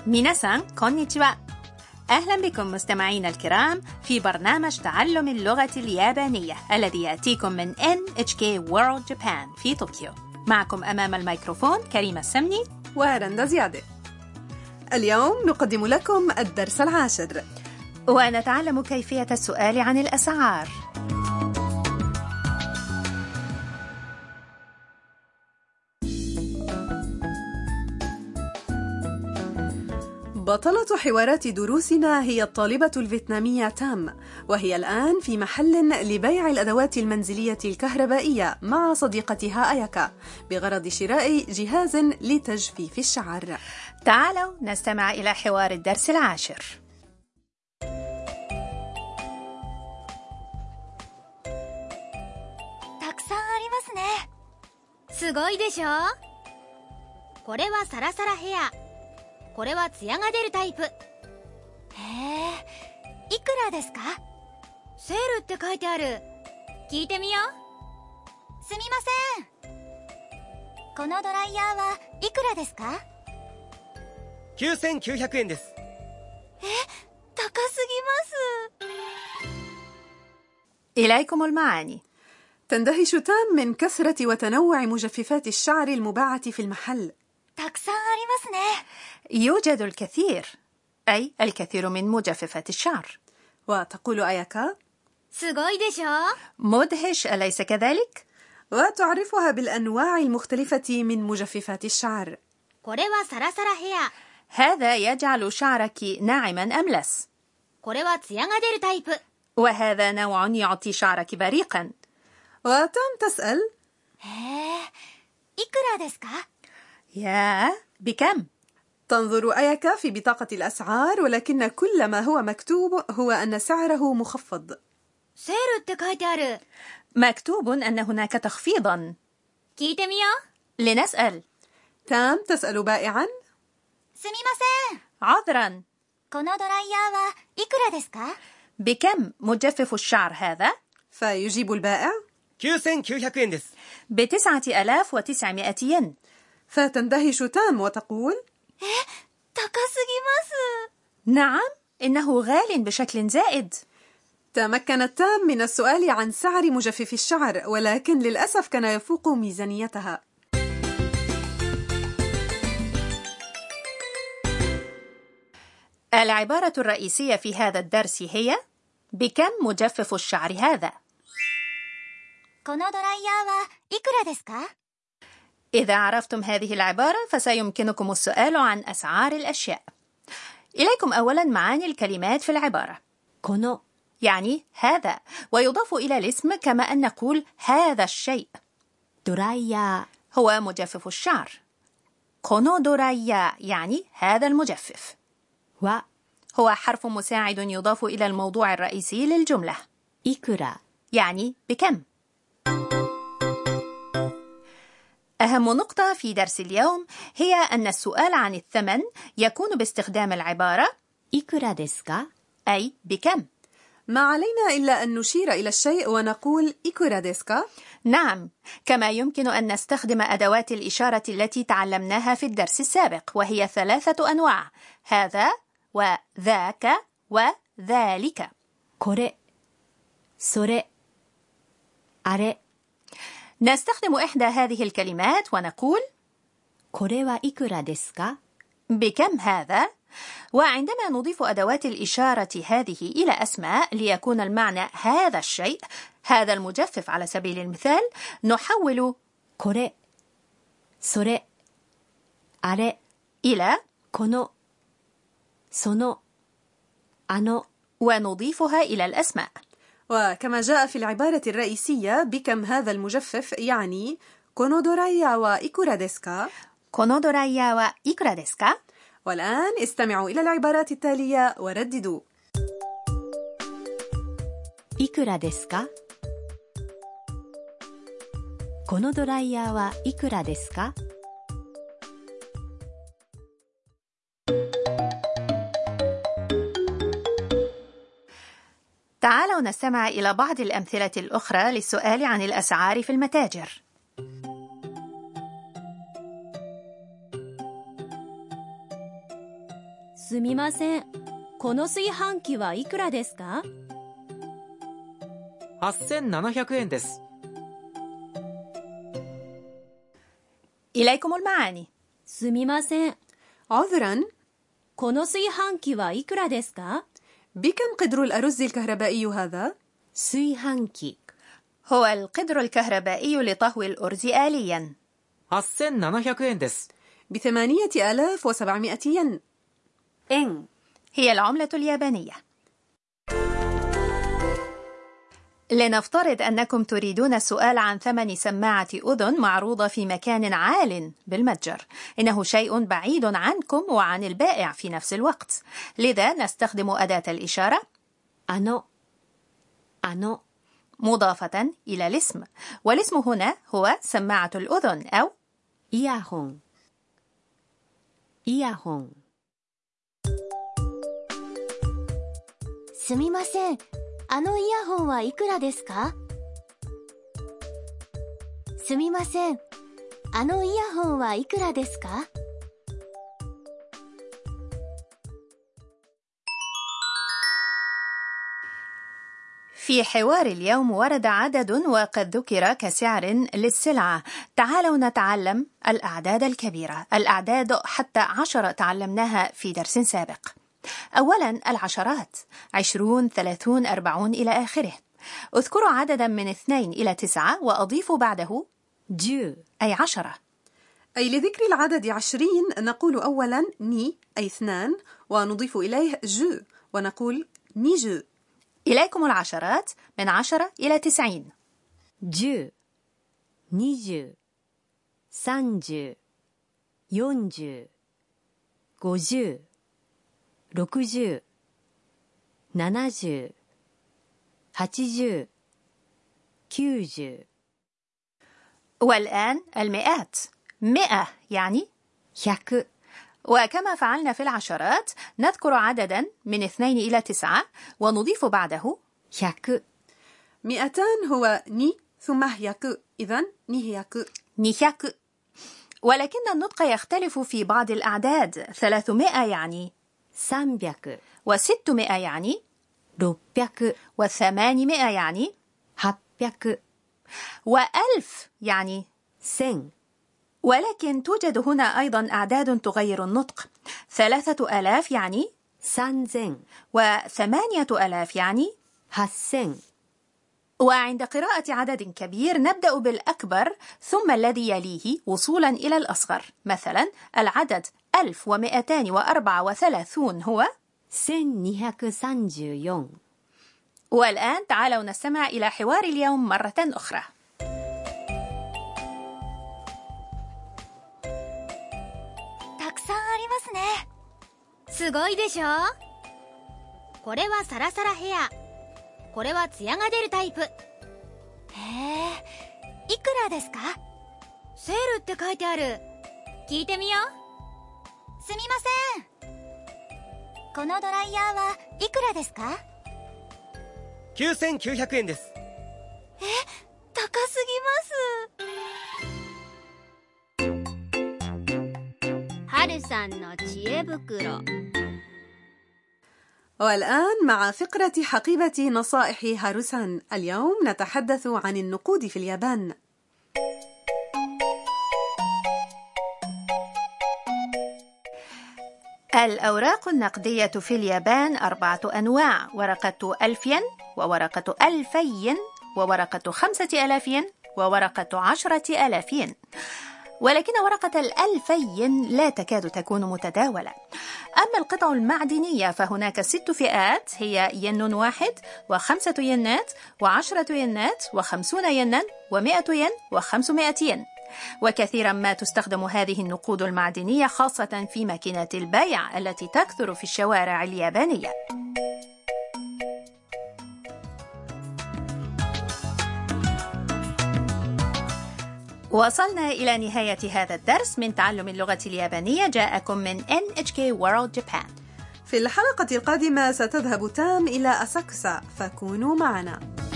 ميناسان كونيتشوا. أهلا بكم مستمعينا الكرام في برنامج تعلم اللغة اليابانية الذي يأتيكم من NHK World Japan في طوكيو. معكم أمام الميكروفون كريمة السمني ورندا زيادة. اليوم نقدم لكم الدرس 10 ونتعلم كيفية السؤال عن الأسعار. بطلة حوارات دروسنا هي الطالبة الفيتنامية تام، وهي الآن في محل لبيع الأدوات المنزلية الكهربائية مع صديقتها أياكا بغرض شراء جهاز لتجفيف الشعر. تعالوا نستمع إلى حوار الدرس 10. たくさんありますね。すごいでしょ。これはサラサラヘア、これはツヤが出るタイプ。へえ、いくらですか？セールって書いてある。聞いてみよう。すみません。このドライヤーはいくらですか ？9900円です。 高すぎます。 إليكم المعاني. تندهش تام من كثرة وتنوع مجففات الشعر المباعة في المحل. たくさんありますね。 يوجد الكثير، أي الكثير من مجففات الشعر. وتقول أياكا すごいでしょ。 مدهش، أليس كذلك؟ وتعرفها بالأنواع المختلفة من مجففات الشعر. これはサラサラヘア、 هذا يجعل شعرك ناعما أملس، これはツヤが出るタイプ。 وهذا نوع يعطي شعرك بريقا. وتام تسأل へえ、いくらですか？ يا بكم؟ تنظر أياكا في بطاقة الأسعار، ولكن كل ما هو مكتوب هو أن سعره مخفض. セールって書いてある。 مكتوب أن هناك تخفيضا. 聞いてみよう。 لنسأل. تام تسأل بائعا すみません。 عذرا، このドライヤーはいくらですか？ بكم مجفف الشعر هذا؟ فيجيب البائع 9900円です。 ب9,900 ين. فتندهش تام وتقول 高すぎます。 نعم، إنه غال بشكل زائد. تمكنت تام من السؤال عن سعر مجفف الشعر، ولكن للأسف كان يفوق ميزانيتها. العبارة الرئيسية في هذا الدرس هي بكم مجفف الشعر هذا؟ このドライヤーはいくらですか？ إذا عرفتم هذه العبارة فسيمكنكم السؤال عن أسعار الأشياء. إليكم أولا معاني الكلمات في العبارة. この يعني هذا، ويضاف إلى الاسم كما أن نقول هذا الشيء. ドライヤ هو مجفف الشعر. このドライヤー يعني هذا المجفف. ーは هو حرف مساعد يضاف إلى الموضوع الرئيسي للجملة. いくら يعني بكم. أهم نقطة في درس اليوم هي أن السؤال عن الثمن يكون باستخدام العبارة いくらですか أي بكم. ما علينا إلا أن نشير إلى الشيء ونقول إيكورا ديسكا. نعم، كما يمكن أن نستخدم أدوات الإشارة التي تعلمناها في الدرس السابق، وهي 3 أنواع: هذا وذاك وذلك. これ、それ、あれ。 نستخدم إحدى هذه الكلمات ونقول これはいくらですか بكم هذا؟ وعندما نضيف أدوات الإشارة هذه إلى أسماء ليكون المعنى هذا الشيء، هذا المجفف على سبيل المثال، نحول これ、それ、あれ إلى この、その、あの ونضيفها إلى الأسماء. وكما جاء في العبارة الرئيسية بكم هذا المجفف يعني このドライヤーはいくらですか؟ このドライヤーはいくらですか？ والآن استمعوا إلى العبارات التالية ورددوا. いくらですかこのドライヤーはいくらですか تعالوا نستمع إلى بعض الأمثلة الأخرى للسؤال عن الأسعار في المتاجر. こすみません。この炊飯器はいくらですか？ 8700 円です。 إليكم المعاني. すみません。 عذرا. この炊飯器はいくらですか？ بكم قدر الأرز الكهربائي هذا؟ 炊飯器 هو القدر الكهربائي لطهو الأرز آليا. 8700 円です。 ب8700 ين. إن هي العملة اليابانية. لنفترض أنكم تريدون السؤال عن ثمن سماعة أذن معروضة في مكان عال بالمتجر. إنه شيء بعيد عنكم وعن البائع في نفس الوقت، لذا نستخدم أداة الإشارة あの مضافة إلى الاسم، والاسم هنا هو سماعة الأذن أو イヤホンすみません。あのイヤホンはいくらですか？すみません。あのイヤホンはいくらですか？ في حوار اليوم ورد عدد وقد ذكر كسعر للسلعة. تعالوا نتعلم الأعداد الكبيرة. الأعداد حتى 10 تعلمناها في درس سابق. أولا العشرات 20 30 40 إلى آخره. اذكروا عددا من 2 إلى 9 وأضيفوا بعده 10 أي 10. أي لذكر العدد 20 نقول أولا ني أي 2 ونضيف إليه جو ونقول نيجو. إليكم العشرات من 10 إلى 90. 10 20 30 40 50 60 70 80 90. والآن المئات. 100 يعني 100 وكما فعلنا في العشرات نذكر عددا من 2 إلى 9 ونضيف بعده 100 200 هو ني ثم هياكو، إذن نيهياكو. نيهياكو. ولكن النطق يختلف في بعض الأعداد. 300 يعني 300 و600 يعني 600 و800 يعني 800 و1000 يعني 1000. ولكن توجد هنا أيضا أعداد تغير النطق. 3000 يعني 3000 و8000 يعني 8000. وعند قراءة عدد كبير نبدأ بالأكبر ثم الذي يليه وصولا إلى الأصغر. مثلا العدد 1234 هو 1234. والآن تعالوا نستمع إلى حوار اليوم مرة أخرى. たくさんありますね。すごいでしょ？これはサラサラヘア。これはツヤが出るタイプ。へえ、いくらですか？セールって書いてある。聞いてみよう。すみません。このドライヤーはいくらですか ？9900円です。 高すぎます。はるさんの知恵袋。 والآن مع فقرة حقيبة نصائح هاروسان. اليوم نتحدث عن النقود في اليابان. الأوراق النقدية في اليابان 4 أنواع: ورقة 1000 ين، وورقة 2000 ين، وورقة 5000 ين، وورقة 10,000 ين. ولكن ورقة 2000 ين لا تكاد تكون متداولة. أما القطع المعدنية فهناك 6 فئات، هي ين واحد، و5 ينات، و10 ينات، و50 ينا، و100 ين، و500 ين. وكثيرا ما تستخدم هذه النقود المعدنية خاصة في ماكينات البيع التي تكثر في الشوارع اليابانية. وصلنا إلى نهاية هذا الدرس من تعلم اللغة اليابانية، جاءكم من NHK World Japan. في الحلقة القادمة ستذهب تام إلى أساكوسا، فكونوا معنا.